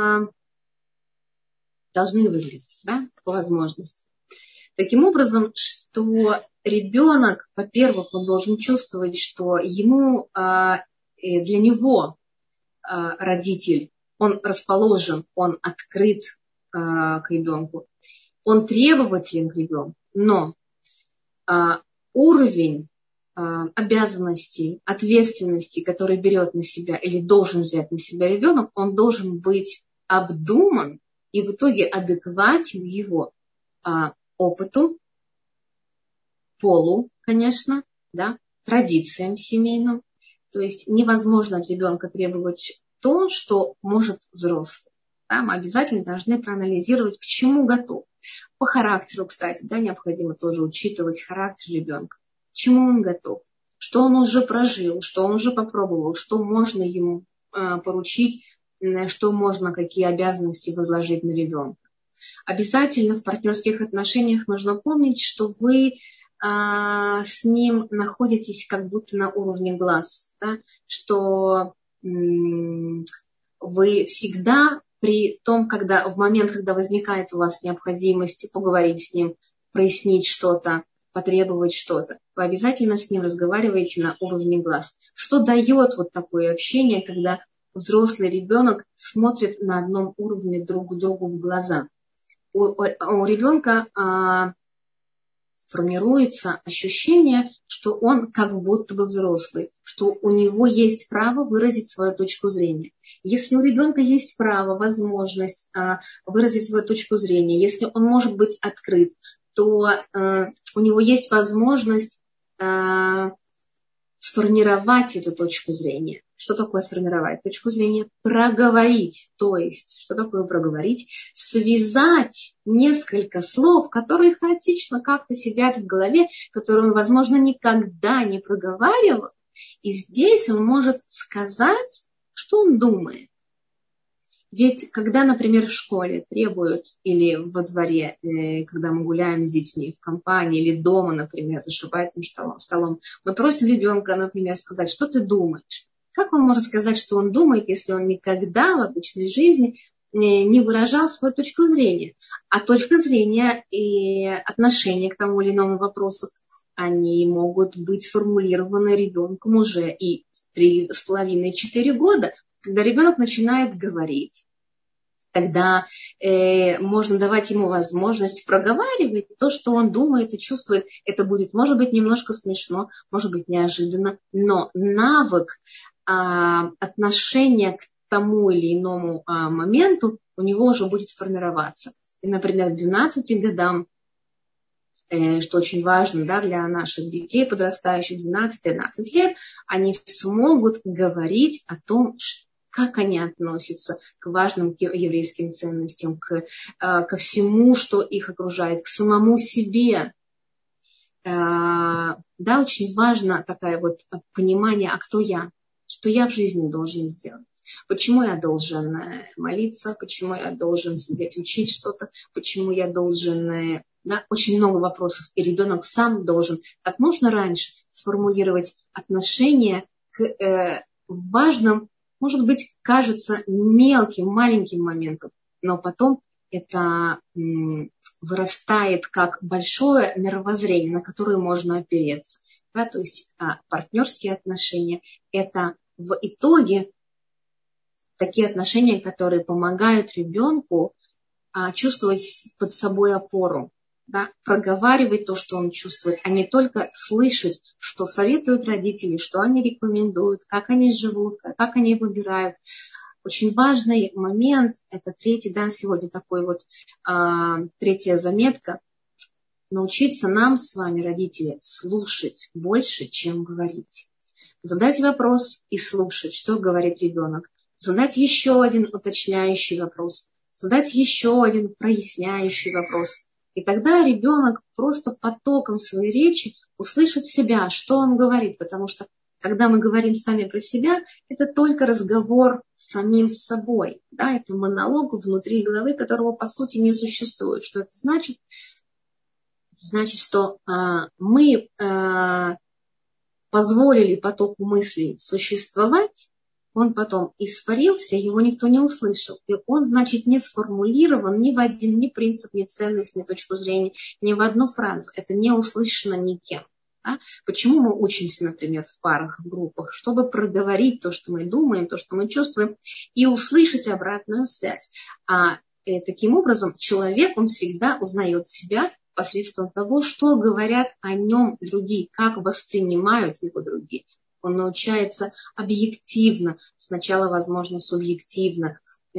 должны выглядеть, по возможности. Таким образом, что ребенок, во-первых, он должен чувствовать, что ему, для него родитель, он расположен, он открыт к ребенку, он требователен к ребенку, но уровень обязанностей, ответственности, который берет на себя или должен взять на себя ребенок, он должен быть обдуман и в итоге адекватен его опыту, полу, конечно, традициям семейным. То есть невозможно от ребенка требовать то, что может взрослый. Мы обязательно должны проанализировать, к чему готов. По характеру, кстати, необходимо тоже учитывать характер ребенка. К чему он готов, что он уже прожил, что он уже попробовал, что можно ему поручить, что можно, какие обязанности возложить на ребенка. Обязательно в партнерских отношениях нужно помнить, что вы с ним находитесь как будто на уровне глаз, что вы всегда при том, в момент, когда возникает у вас необходимость поговорить с ним, прояснить что-то, потребовать что-то, вы обязательно с ним разговариваете на уровне глаз. Что дает вот такое общение, когда взрослый ребенок смотрит на одном уровне друг к другу в глаза? У ребенка формируется ощущение, что он как будто бы взрослый, что у него есть право выразить свою точку зрения. Если у ребенка есть право, возможность выразить свою точку зрения, если он может быть открыт, то у него есть возможность сформировать эту точку зрения. Что такое сформировать точку зрения? Проговорить. То есть, что такое проговорить? Связать несколько слов, которые хаотично как-то сидят в голове, которые он, возможно, никогда не проговаривал. И здесь он может сказать, что он думает. Ведь когда, например, в школе требуют или во дворе, когда мы гуляем с детьми в компании, или дома, например, за шабатным столом, мы просим ребенка, например, сказать, что ты думаешь. Как он может сказать, что он думает, если он никогда в обычной жизни не выражал свою точку зрения? А точка зрения и отношение к тому или иному вопросу, они могут быть сформулированы ребенком уже и 3,5-4 года. Когда ребенок начинает говорить, тогда можно давать ему возможность проговаривать то, что он думает и чувствует. Это будет, может быть, немножко смешно, может быть, неожиданно, но навык отношения к тому или иному моменту у него уже будет формироваться. И, например, к 12 годам, что очень важно для наших детей, подрастающих 12-13 лет, они смогут говорить о том, как они относятся к важным еврейским ценностям, ко всему, что их окружает, к самому себе. Очень важно такое вот понимание, а кто я, что я в жизни должен сделать. Почему я должен молиться, почему я должен сидеть учить что-то, почему я должен... Да, очень много вопросов, и ребенок сам должен как можно раньше сформулировать отношение к важным, может быть, кажется мелким, маленьким моментам, но потом это вырастает как большое мировоззрение, на которое можно опереться. Да, то есть партнерские отношения – это в итоге такие отношения, которые помогают ребенку чувствовать под собой опору, да, проговаривать то, что он чувствует, а не только слышать, что советуют родители, что они рекомендуют, как они живут, как они выбирают. Очень важный момент, это третий, да, сегодня такой вот третья заметка, научиться нам с вами, родители, слушать больше, чем говорить. Задать вопрос и слушать, что говорит ребенок. Задать еще один уточняющий вопрос. Задать еще один проясняющий вопрос. И тогда ребенок просто потоком своей речи услышит себя, что он говорит. Потому что, когда мы говорим сами про себя, это только разговор с самим собой. Да? Это монолог внутри головы, которого по сути не существует. Что это значит? Это значит, что мы позволили потоку мыслей существовать, он потом испарился, его никто не услышал. И он, значит, не сформулирован ни в один, ни принцип, ни ценность, ни точку зрения, ни в одну фразу. Это не услышано никем. Да? Почему мы учимся, например, в парах, в группах? Чтобы проговорить то, что мы думаем, то, что мы чувствуем, и услышать обратную связь. Таким образом, человек, он всегда узнает себя посредством того, что говорят о нем другие, как воспринимают его другие. Он научается объективно, сначала, возможно, субъективно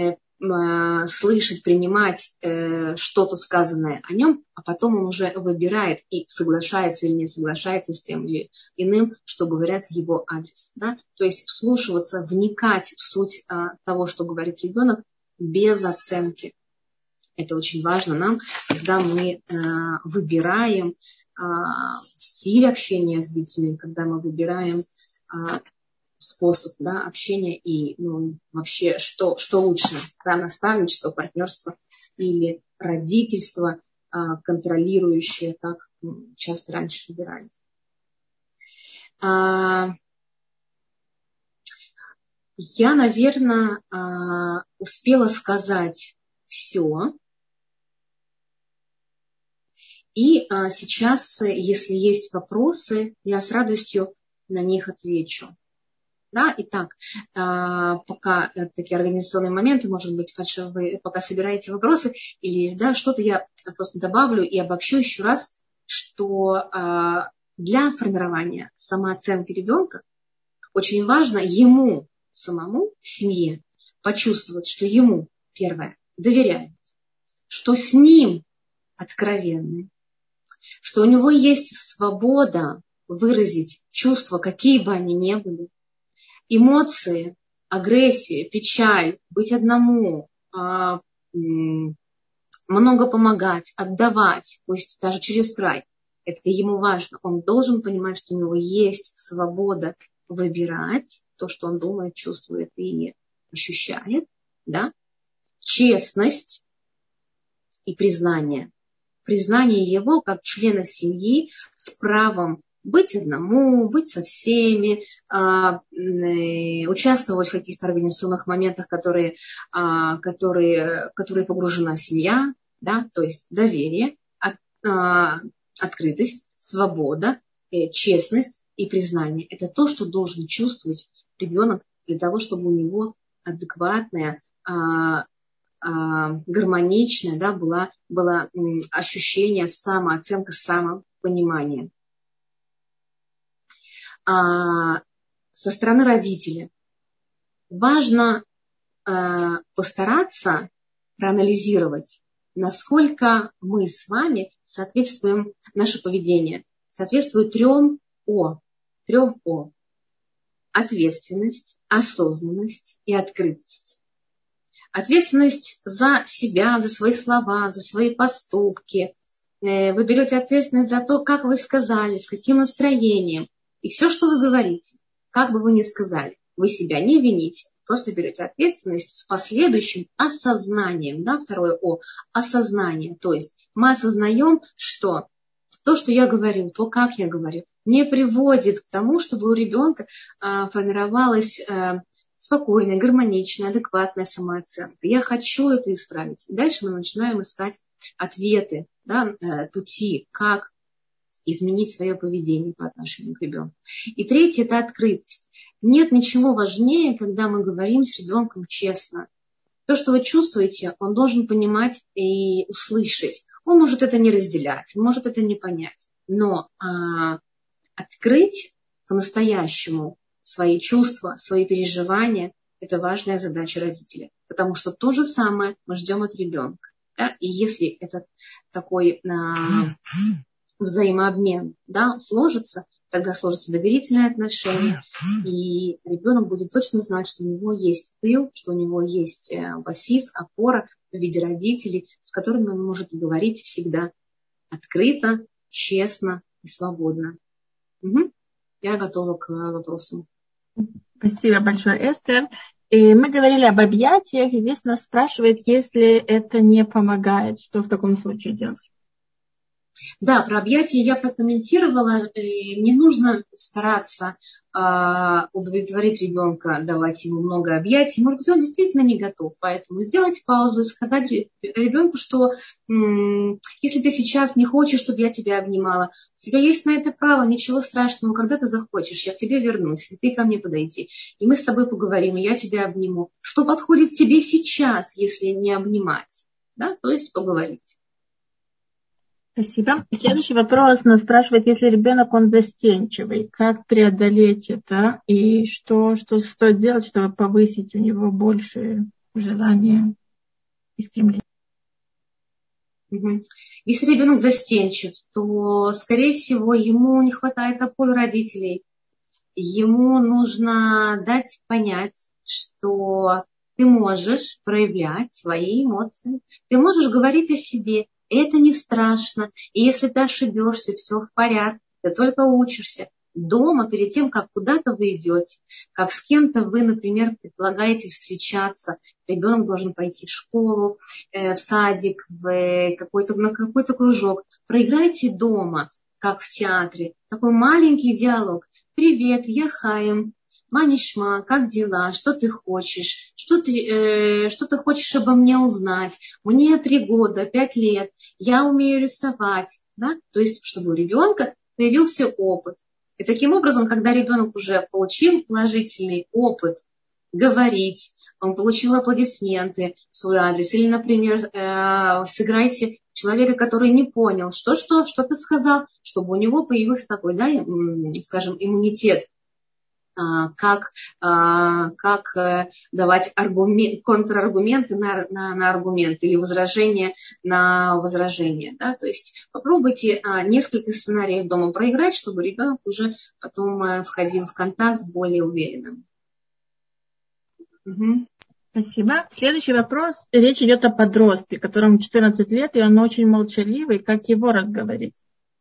слышать, принимать что-то сказанное о нем, а потом он уже выбирает и соглашается или не соглашается с тем или иным, что говорят в его адрес. Да? То есть вслушиваться, вникать в суть того, что говорит ребенок, без оценки. Это очень важно нам, когда мы выбираем стиль общения с детьми, когда мы выбираем способ, да, общения и вообще что лучше, да, наставничество, партнерство или родительство контролирующее, как часто раньше выбирали. Я, наверное, успела сказать все. И сейчас, если есть вопросы, я с радостью на них отвечу. Да, итак, пока такие организационные моменты, может быть, вы пока собираете вопросы, или да, что-то я просто добавлю и обобщу еще раз, что для формирования самооценки ребенка очень важно ему самому в семье почувствовать, что ему, первое, доверяют, что с ним откровенны, что у него есть свобода выразить чувства, какие бы они ни были, эмоции, агрессия, печаль, быть одному, много помогать, отдавать, пусть даже через край. Это ему важно. Он должен понимать, что у него есть свобода выбирать то, что он думает, чувствует и ощущает. Да? Честность и признание. Признание его как члена семьи с правом быть одному, быть со всеми, участвовать в каких-то организационных моментах, которые погружена семья, да, то есть доверие, открытость, свобода, честность и признание. Это то, что должен чувствовать ребенок для того, чтобы у него адекватная, гармоничное, да, было ощущение самооценка, самопонимания. Со стороны родителя важно постараться проанализировать, насколько мы с вами соответствуем, наше поведение соответствует трем О. Ответственность, осознанность и открытость. Ответственность за себя, за свои слова, за свои поступки. Вы берете ответственность за то, как вы сказали, с каким настроением. И все, что вы говорите, как бы вы ни сказали, вы себя не вините, просто берете ответственность с последующим осознанием. Да, второе О, осознание. То есть мы осознаем, что то, что я говорю, то, как я говорю, не приводит к тому, чтобы у ребенка формировалась спокойная, гармоничная, адекватная самооценка. Я хочу это исправить. И дальше мы начинаем искать ответы, да, пути, как изменить свое поведение по отношению к ребенку. И третье – это открытость. Нет ничего важнее, когда мы говорим с ребенком честно. То, что вы чувствуете, он должен понимать и услышать. Он может это не разделять, может это не понять. Но открыть по-настоящему свои чувства, свои переживания – это важная задача родителя. Потому что то же самое мы ждем от ребенка. Да? И если это такой взаимообмен, да, сложится, тогда сложатся доверительные отношения, и ребенок будет точно знать, что у него есть тыл, что у него есть басис, опора в виде родителей, с которыми он может говорить всегда открыто, честно и свободно. Угу. Я готова к вопросам.
Спасибо большое, Эстер. И мы говорили об объятиях, и здесь нас спрашивают, если это не помогает, что в таком случае делать?
Да, про объятия я прокомментировала. Не нужно стараться удовлетворить ребенка, давать ему много объятий. Может быть, он действительно не готов. Поэтому сделать паузу и сказать ребенку, что если ты сейчас не хочешь, чтобы я тебя обнимала, у тебя есть на это право, ничего страшного. Когда ты захочешь, я к тебе вернусь, и ты ко мне подойди. И мы с тобой поговорим, и я тебя обниму. Что подходит тебе сейчас, если не обнимать? Да? То есть поговорить.
Спасибо. Следующий вопрос нас спрашивает, если ребенок, он застенчивый, как преодолеть это и что стоит делать, чтобы повысить у него больше желания и стремления?
Если ребенок застенчив, то, скорее всего, ему не хватает опоры родителей. Ему нужно дать понять, что ты можешь проявлять свои эмоции, ты можешь говорить о себе. Это не страшно. И если ты ошибешься, все в порядке, ты только учишься. Дома, перед тем, как куда-то вы идете, как с кем-то вы, например, предполагаете встречаться, ребенок должен пойти в школу, в садик, на какой-то кружок. Проиграйте дома, как в театре, такой маленький диалог. Привет, я Хаим. Манишма, как дела? Что ты хочешь? Что ты хочешь обо мне узнать? Мне 3 года, 5 лет. Я умею рисовать. Да? То есть, чтобы у ребенка появился опыт. И таким образом, когда ребенок уже получил положительный опыт говорить, он получил аплодисменты в свой адрес. Или, например, сыграйте человека, который не понял, что ты сказал, чтобы у него появился такой, да, скажем, иммунитет. Как давать контраргументы на аргументы или возражения на возражения. Да? То есть попробуйте несколько сценариев дома проиграть, чтобы ребенок уже потом входил в контакт более уверенным. Угу.
Спасибо. Следующий вопрос. Речь идет о подростке, которому 14 лет, и он очень молчаливый. Как его разговорить?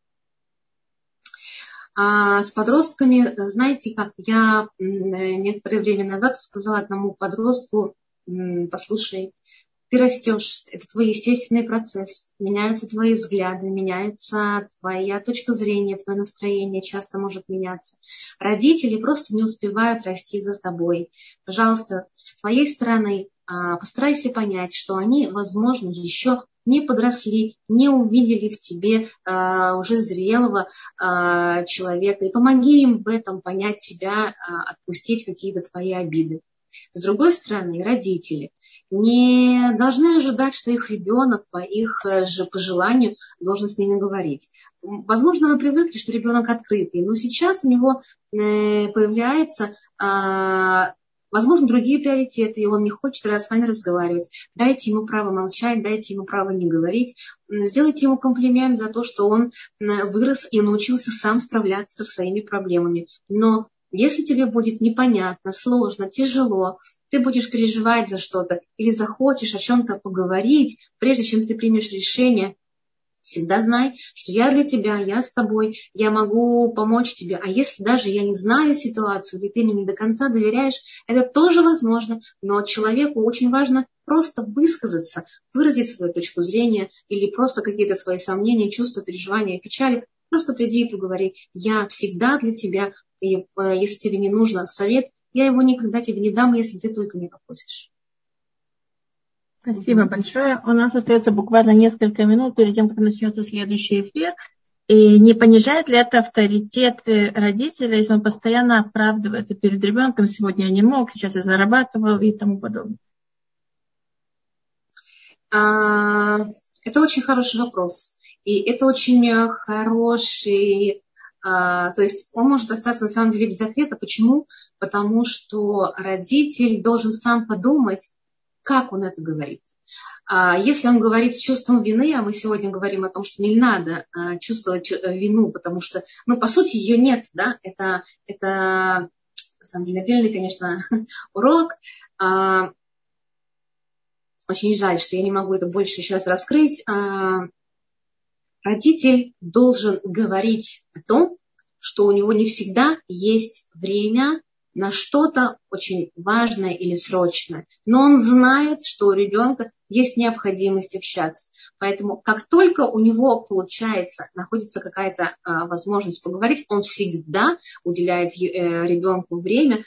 С подростками, знаете, как я некоторое время назад сказала одному подростку: послушай, ты растешь, это твой естественный процесс, меняются твои взгляды, меняется твоя точка зрения, твое настроение часто может меняться. Родители просто не успевают расти за тобой. Пожалуйста, с твоей стороны постарайся понять, что они, возможно, еще не подросли, не увидели в тебе уже зрелого человека. И помоги им в этом понять тебя, отпустить какие-то твои обиды. С другой стороны, родители не должны ожидать, что их ребенок по их же пожеланию должен с ними говорить. Возможно, вы привыкли, что ребенок открытый, но сейчас у него появляется возможно, другие приоритеты, и он не хочет с вами разговаривать. Дайте ему право молчать, дайте ему право не говорить. Сделайте ему комплимент за то, что он вырос и научился сам справляться со своими проблемами. Но если тебе будет непонятно, сложно, тяжело, ты будешь переживать за что-то или захочешь о чем-то поговорить, прежде чем ты примешь решение, Всегда знай, что я для тебя, я с тобой, я могу помочь тебе. А если даже я не знаю ситуацию, или ты мне не до конца доверяешь, это тоже возможно. Но человеку очень важно просто высказаться, выразить свою точку зрения или просто какие-то свои сомнения, чувства, переживания, печали. Просто приди и поговори. Я всегда для тебя, и если тебе не нужен совет, я его никогда тебе не дам, если ты только не попросишь.
Спасибо большое. У нас остается буквально несколько минут перед тем, как начнется следующий эфир. И не понижает ли это авторитет родителя, если он постоянно оправдывается перед ребенком? Сегодня я не мог, сейчас я зарабатывал и тому подобное.
Это очень хороший вопрос. И это очень хороший... То есть он может остаться на самом деле без ответа. Почему? Потому что родитель должен сам подумать, как он это говорит. Если он говорит с чувством вины, а мы сегодня говорим о том, что не надо чувствовать вину, потому что, по сути, ее нет, да, это на самом деле отдельный, конечно, урок. Очень жаль, что я не могу это больше сейчас раскрыть. Родитель должен говорить о том, что у него не всегда есть время на что-то очень важное или срочное. Но он знает, что у ребенка есть необходимость общаться. Поэтому как только у него получается, находится какая-то возможность поговорить, он всегда уделяет ребенку время.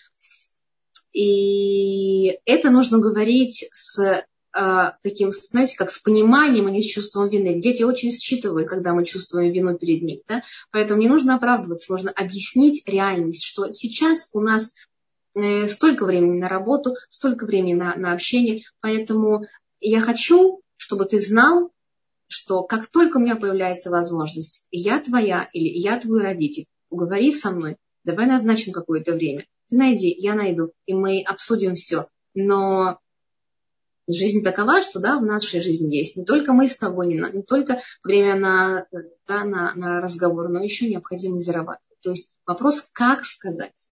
И это нужно говорить с таким, знаете, как с пониманием, а не с чувством вины. Дети очень считывают, когда мы чувствуем вину перед ним. Да? Поэтому не нужно оправдываться, нужно объяснить реальность, что сейчас у нас столько времени на работу, столько времени на общение. Поэтому я хочу, чтобы ты знал, что как только у меня появляется возможность, я твоя или я твой родитель, уговори со мной, давай назначим какое-то время. Ты найди, я найду, и мы обсудим все. Но жизнь такова, что в нашей жизни есть не только мы с тобой, не только время на разговор, но еще необходимость зарабатывать. То есть вопрос, как сказать.